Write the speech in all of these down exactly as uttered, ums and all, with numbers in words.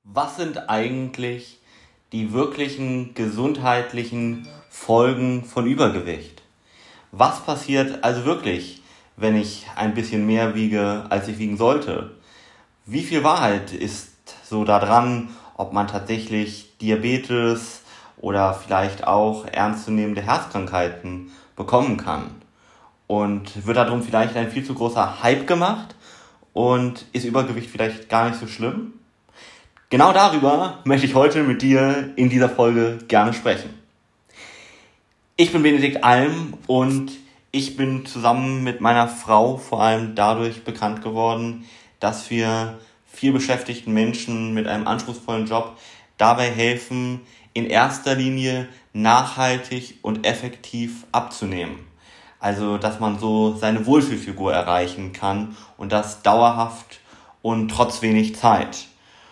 Was sind eigentlich die wirklichen gesundheitlichen Folgen von Übergewicht? Was passiert also wirklich, wenn ich ein bisschen mehr wiege, als ich wiegen sollte? Wie viel Wahrheit ist so da dran, ob man tatsächlich Diabetes oder vielleicht auch ernstzunehmende Herzkrankheiten bekommen kann? Und wird darum vielleicht ein viel zu großer Hype gemacht? Und ist Übergewicht vielleicht gar nicht so schlimm? Genau darüber möchte ich heute mit dir in dieser Folge gerne sprechen. Ich bin Benedikt Alm und ich bin zusammen mit meiner Frau vor allem dadurch bekannt geworden, dass wir viel beschäftigten Menschen mit einem anspruchsvollen Job dabei helfen, in erster Linie nachhaltig und effektiv abzunehmen. Also, dass man so seine Wohlfühlfigur erreichen kann und das dauerhaft und trotz wenig Zeit.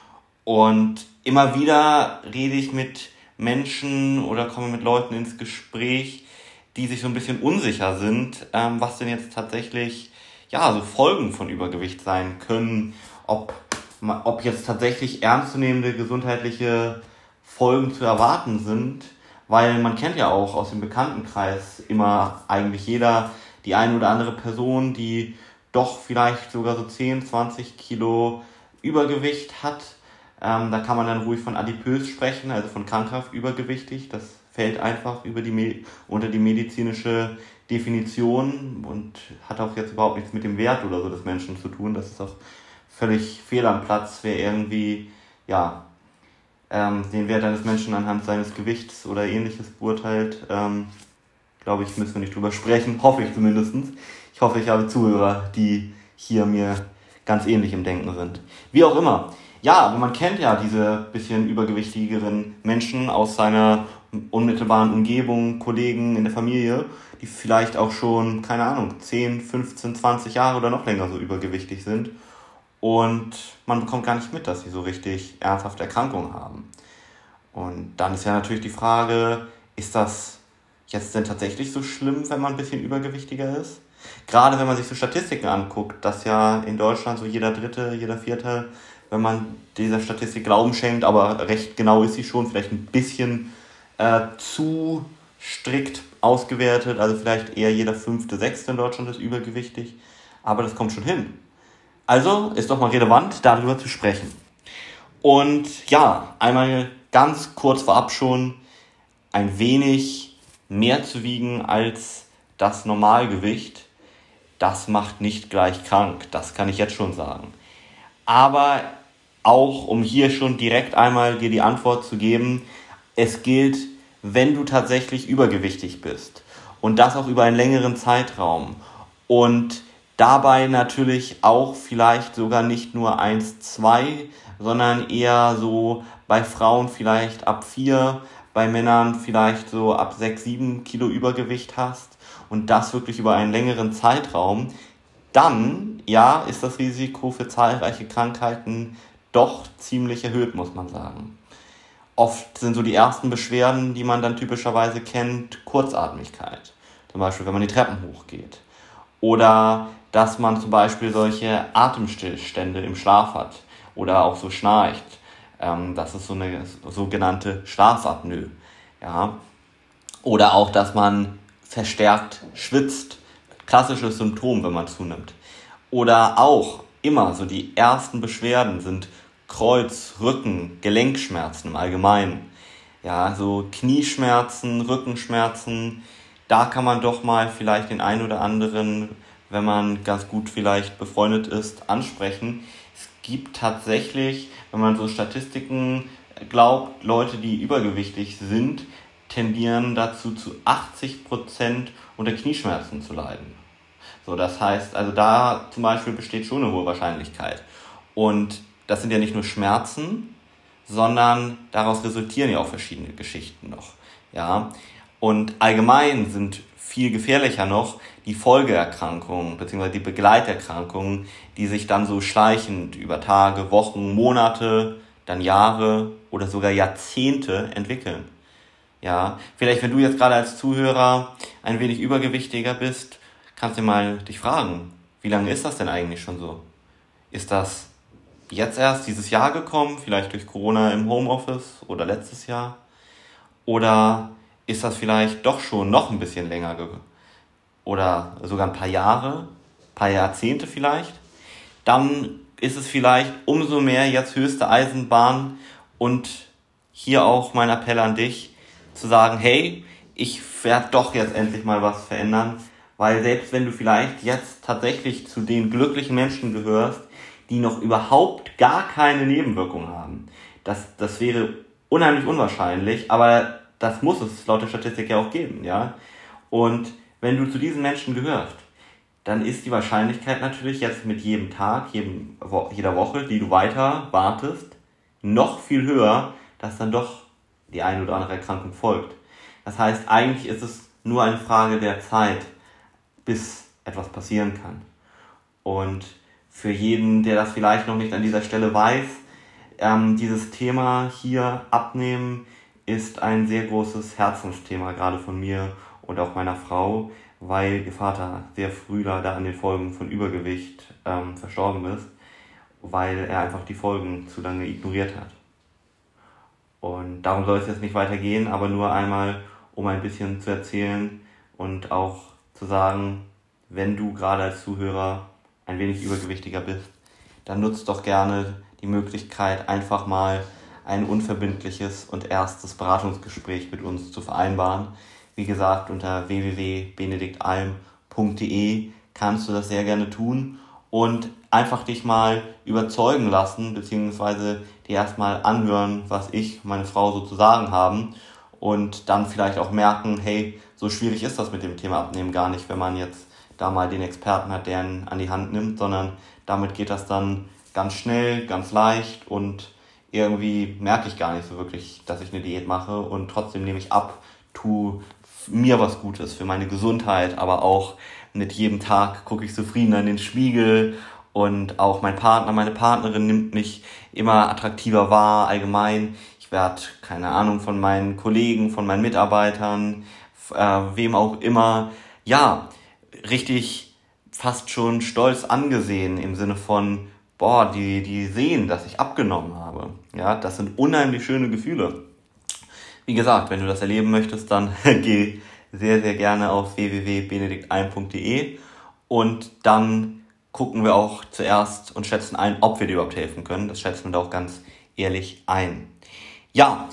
Und immer wieder rede ich mit Menschen oder komme mit Leuten ins Gespräch, die sich so ein bisschen unsicher sind, ähm, was denn jetzt tatsächlich ja so Folgen von Übergewicht sein können, ob, ob jetzt tatsächlich ernstzunehmende gesundheitliche Folgen zu erwarten sind, weil man kennt ja auch aus dem Bekanntenkreis immer eigentlich jeder die eine oder andere Person, die doch vielleicht sogar so zehn, zwanzig Kilo Übergewicht hat. Ähm, da kann man dann ruhig von adipös sprechen, also von krankhaft übergewichtig. Das fällt einfach über die unter die medizinische Definition und hat auch jetzt überhaupt nichts mit dem Wert oder so des Menschen zu tun. Das ist auch völlig fehl am Platz, wer irgendwie ja ähm, den Wert eines Menschen anhand seines Gewichts oder ähnliches beurteilt. Ähm, glaube ich, müssen wir nicht drüber sprechen, hoffe ich zumindest. Ich hoffe, ich habe Zuhörer, die hier mir ganz ähnlich im Denken sind. Wie auch immer. Ja, aber man kennt ja diese bisschen übergewichtigeren Menschen aus seiner unmittelbaren Umgebung, Kollegen in der Familie, die vielleicht auch schon, keine Ahnung, zehn, fünfzehn, zwanzig Jahre oder noch länger so übergewichtig sind. Und man bekommt gar nicht mit, dass sie so richtig ernsthafte Erkrankungen haben. Und dann ist ja natürlich die Frage, ist das jetzt denn tatsächlich so schlimm, wenn man ein bisschen übergewichtiger ist? Gerade wenn man sich so Statistiken anguckt, dass ja in Deutschland so jeder Dritte, jeder Vierte, wenn man dieser Statistik Glauben schenkt, aber recht genau ist sie schon, vielleicht ein bisschen äh, zu strikt ausgewertet, also vielleicht eher jeder Fünfte, Sechste in Deutschland ist übergewichtig, aber das kommt schon hin. Also ist doch mal relevant, darüber zu sprechen. Und ja, einmal ganz kurz vorab schon, ein wenig mehr zu wiegen als das Normalgewicht, das macht nicht gleich krank, das kann ich jetzt schon sagen. Aber auch, um hier schon direkt einmal dir die Antwort zu geben, es gilt, wenn du tatsächlich übergewichtig bist und das auch über einen längeren Zeitraum und dabei natürlich auch vielleicht sogar nicht nur eins, zwei, sondern eher so bei Frauen vielleicht ab vier, bei Männern vielleicht so ab sechs, sieben Kilo Übergewicht hast und das wirklich über einen längeren Zeitraum, dann, ja, ist das Risiko für zahlreiche Krankheiten doch ziemlich erhöht, muss man sagen. Oft sind so die ersten Beschwerden, die man dann typischerweise kennt, Kurzatmigkeit. Zum Beispiel, wenn man die Treppen hochgeht. Oder dass man zum Beispiel solche Atemstillstände im Schlaf hat. Oder auch so schnarcht. Ähm, das ist so eine sogenannte Schlafapnoe. Ja. Oder auch, dass man verstärkt schwitzt. Klassisches Symptom, wenn man zunimmt. Oder auch immer so die ersten Beschwerden sind Kreuz-, Rücken-, Gelenkschmerzen im Allgemeinen. Ja, so Knieschmerzen, Rückenschmerzen. Da kann man doch mal vielleicht den einen oder anderen, wenn man ganz gut vielleicht befreundet ist, ansprechen. Es gibt tatsächlich, wenn man so Statistiken glaubt, Leute, die übergewichtig sind, tendieren dazu, zu achtzig Prozent unter Knieschmerzen zu leiden. So, das heißt, also da zum Beispiel besteht schon eine hohe Wahrscheinlichkeit. Und das sind ja nicht nur Schmerzen, sondern daraus resultieren ja auch verschiedene Geschichten noch. Ja, und allgemein sind viel gefährlicher noch die Folgeerkrankungen bzw. die Begleiterkrankungen, die sich dann so schleichend über Tage, Wochen, Monate, dann Jahre oder sogar Jahrzehnte entwickeln. Ja, vielleicht wenn du jetzt gerade als Zuhörer ein wenig übergewichtiger bist, kannst du mal dich fragen, wie lange ist das denn eigentlich schon so? Ist das jetzt erst dieses Jahr gekommen, vielleicht durch Corona im Homeoffice oder letztes Jahr? Oder ist das vielleicht doch schon noch ein bisschen länger ge- oder sogar ein paar Jahre, ein paar Jahrzehnte vielleicht? Dann ist es vielleicht umso mehr jetzt höchste Eisenbahn und hier auch mein Appell an dich, zu sagen, hey, ich werde doch jetzt endlich mal was verändern, weil selbst wenn du vielleicht jetzt tatsächlich zu den glücklichen Menschen gehörst, die noch überhaupt gar keine Nebenwirkungen haben, das, das wäre unheimlich unwahrscheinlich, aber das muss es laut der Statistik ja auch geben, ja. Und wenn du zu diesen Menschen gehörst, dann ist die Wahrscheinlichkeit natürlich jetzt mit jedem Tag, jedem, jeder Woche, die du weiter wartest, noch viel höher, dass dann doch die eine oder andere Erkrankung folgt. Das heißt, eigentlich ist es nur eine Frage der Zeit, bis etwas passieren kann. Und für jeden, der das vielleicht noch nicht an dieser Stelle weiß, ähm, dieses Thema hier abnehmen ist ein sehr großes Herzensthema, gerade von mir und auch meiner Frau, weil ihr Vater sehr früh leider an den Folgen von Übergewicht ähm, verstorben ist, weil er einfach die Folgen zu lange ignoriert hat. Und darum soll es jetzt nicht weitergehen, aber nur einmal, um ein bisschen zu erzählen und auch zu sagen, wenn du gerade als Zuhörer ein wenig übergewichtiger bist, dann nutzt doch gerne die Möglichkeit, einfach mal ein unverbindliches und erstes Beratungsgespräch mit uns zu vereinbaren. Wie gesagt, unter w w w punkt benedikt alm punkt d e kannst du das sehr gerne tun und einfach dich mal überzeugen lassen, beziehungsweise dir erstmal anhören, was ich und meine Frau so zu sagen haben und dann vielleicht auch merken, hey, so schwierig ist das mit dem Thema Abnehmen gar nicht, wenn man jetzt da mal den Experten hat, der ihn an die Hand nimmt, sondern damit geht das dann ganz schnell, ganz leicht und irgendwie merke ich gar nicht so wirklich, dass ich eine Diät mache und trotzdem nehme ich ab, tue mir was Gutes für meine Gesundheit, aber auch mit jedem Tag gucke ich zufriedener in den Spiegel und auch mein Partner, meine Partnerin nimmt mich immer attraktiver wahr, allgemein. Ich werde, keine Ahnung, von meinen Kollegen, von meinen Mitarbeitern, äh, wem auch immer, ja, richtig fast schon stolz angesehen im Sinne von, boah, die, die sehen, dass ich abgenommen habe. Ja, das sind unheimlich schöne Gefühle. Wie gesagt, wenn du das erleben möchtest, dann geh sehr, sehr gerne auf w w w punkt benedikt alm punkt d e und dann gucken wir auch zuerst und schätzen ein, ob wir dir überhaupt helfen können. Das schätzen wir da auch ganz ehrlich ein. Ja,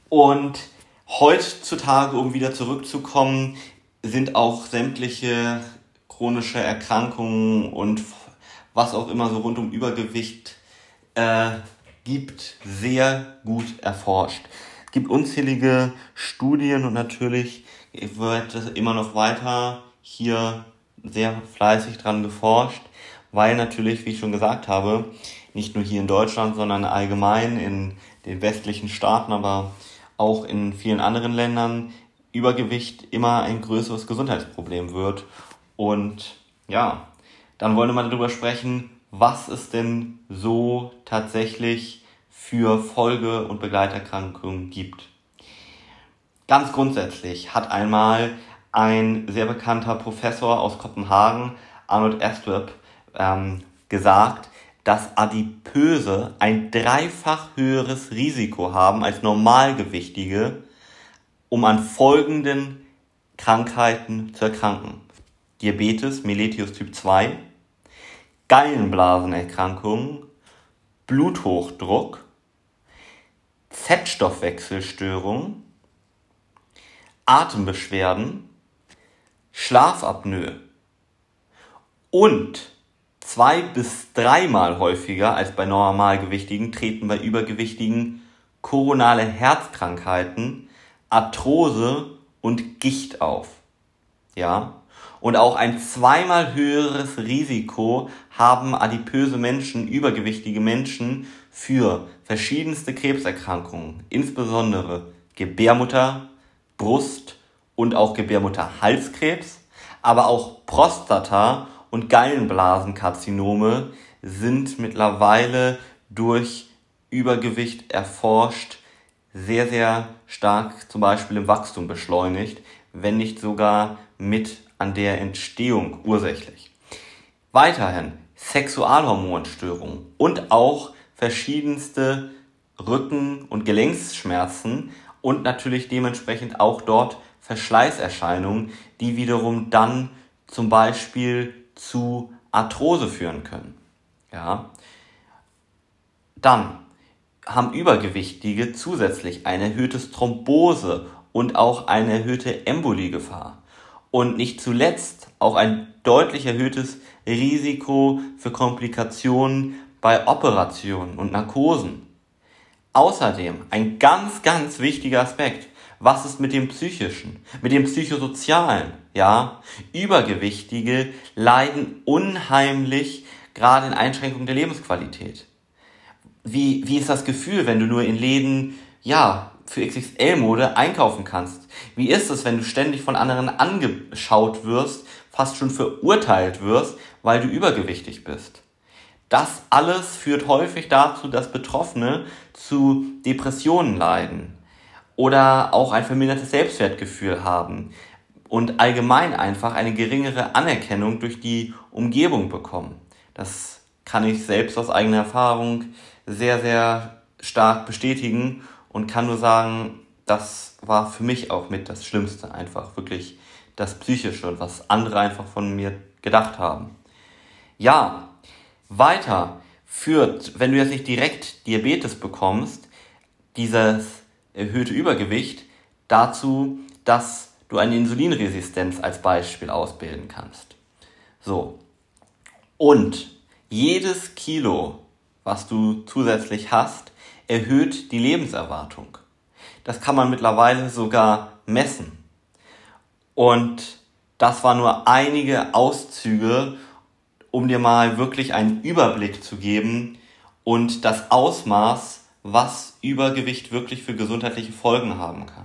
und heutzutage, um wieder zurückzukommen, sind auch sämtliche chronische Erkrankungen und was auch immer so rund um Übergewicht äh, gibt, sehr gut erforscht. Es gibt unzählige Studien und natürlich wird es immer noch weiter hier sehr fleißig dran geforscht, weil natürlich, wie ich schon gesagt habe, nicht nur hier in Deutschland, sondern allgemein in den westlichen Staaten, aber auch in vielen anderen Ländern Übergewicht immer ein größeres Gesundheitsproblem wird. Und ja, dann wollen wir mal darüber sprechen, was es denn so tatsächlich für Folge- und Begleiterkrankungen gibt. Ganz grundsätzlich hat einmal ein sehr bekannter Professor aus Kopenhagen, Arnold Astrup, ähm, gesagt, dass Adipöse ein dreifach höheres Risiko haben als Normalgewichtige, um an folgenden Krankheiten zu erkranken: Diabetes mellitus Typ zwei, Gallenblasenerkrankungen, Bluthochdruck, Fettstoffwechselstörungen, Atembeschwerden, Schlafapnoe und zwei bis dreimal häufiger als bei Normalgewichtigen treten bei Übergewichtigen koronale Herzkrankheiten, Arthrose und Gicht auf. Ja? Und auch ein zweimal höheres Risiko haben adipöse Menschen, übergewichtige Menschen für verschiedenste Krebserkrankungen, insbesondere Gebärmutter, Brust und auch Gebärmutterhalskrebs, aber auch Prostata- und Gallenblasenkarzinome sind mittlerweile durch Übergewicht erforscht, sehr, sehr stark zum Beispiel im Wachstum beschleunigt, wenn nicht sogar mit an der Entstehung ursächlich. Weiterhin Sexualhormonstörungen und auch verschiedenste Rücken- und Gelenksschmerzen und natürlich dementsprechend auch dort Verschleißerscheinungen, die wiederum dann zum Beispiel zu Arthrose führen können. Ja. Dann haben Übergewichtige zusätzlich ein erhöhtes Thrombose und auch eine erhöhte Emboliegefahr. Und nicht zuletzt auch ein deutlich erhöhtes Risiko für Komplikationen bei Operationen und Narkosen. Außerdem ein ganz, ganz wichtiger Aspekt. Was ist mit dem Psychischen, mit dem Psychosozialen? Ja, Übergewichtige leiden unheimlich gerade in Einschränkungen der Lebensqualität. Wie, wie ist das Gefühl, wenn du nur in Läden, ja, für X X L-Mode einkaufen kannst? Wie ist es, wenn du ständig von anderen angeschaut wirst, fast schon verurteilt wirst, weil du übergewichtig bist? Das alles führt häufig dazu, dass Betroffene zu Depressionen leiden oder auch ein vermindertes Selbstwertgefühl haben und allgemein einfach eine geringere Anerkennung durch die Umgebung bekommen. Das kann ich selbst aus eigener Erfahrung sehr, sehr stark bestätigen und kann nur sagen, das war für mich auch mit das Schlimmste, einfach wirklich das Psychische und was andere einfach von mir gedacht haben. Ja, weiter führt, wenn du jetzt nicht direkt Diabetes bekommst, dieses erhöhte Übergewicht dazu, dass du eine Insulinresistenz als Beispiel ausbilden kannst. So. Und jedes Kilo, was du zusätzlich hast, erhöht die Lebenserwartung. Das kann man mittlerweile sogar messen. Und das waren nur einige Auszüge, um dir mal wirklich einen Überblick zu geben und das Ausmaß, was Übergewicht wirklich für gesundheitliche Folgen haben kann.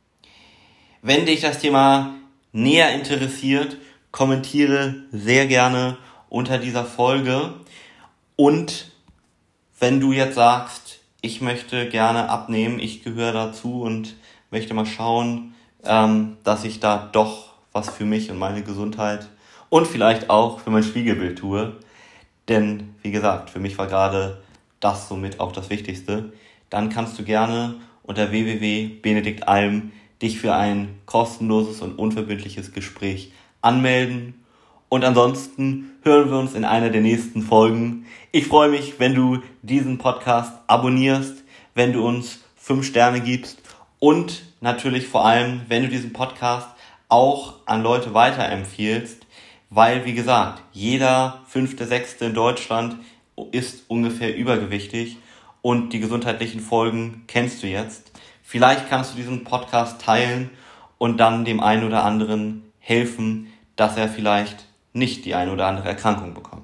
Wenn dich das Thema näher interessiert, kommentiere sehr gerne unter dieser Folge. Und wenn du jetzt sagst, ich möchte gerne abnehmen, ich gehöre dazu und möchte mal schauen, ähm, dass ich da doch was für mich und meine Gesundheit und vielleicht auch für mein Spiegelbild tue. Denn, wie gesagt, für mich war gerade das somit auch das Wichtigste. Dann kannst du gerne unter w w w punkt benedikt alm dich für ein kostenloses und unverbindliches Gespräch anmelden. Und ansonsten hören wir uns in einer der nächsten Folgen. Ich freue mich, wenn du diesen Podcast abonnierst, wenn du uns fünf Sterne gibst und natürlich vor allem, wenn du diesen Podcast auch an Leute weiterempfiehlst, weil, wie gesagt, jeder fünfte, sechste in Deutschland ist ungefähr übergewichtig und die gesundheitlichen Folgen kennst du jetzt. Vielleicht kannst du diesen Podcast teilen und dann dem einen oder anderen helfen, dass er vielleicht nicht die eine oder andere Erkrankung bekommt.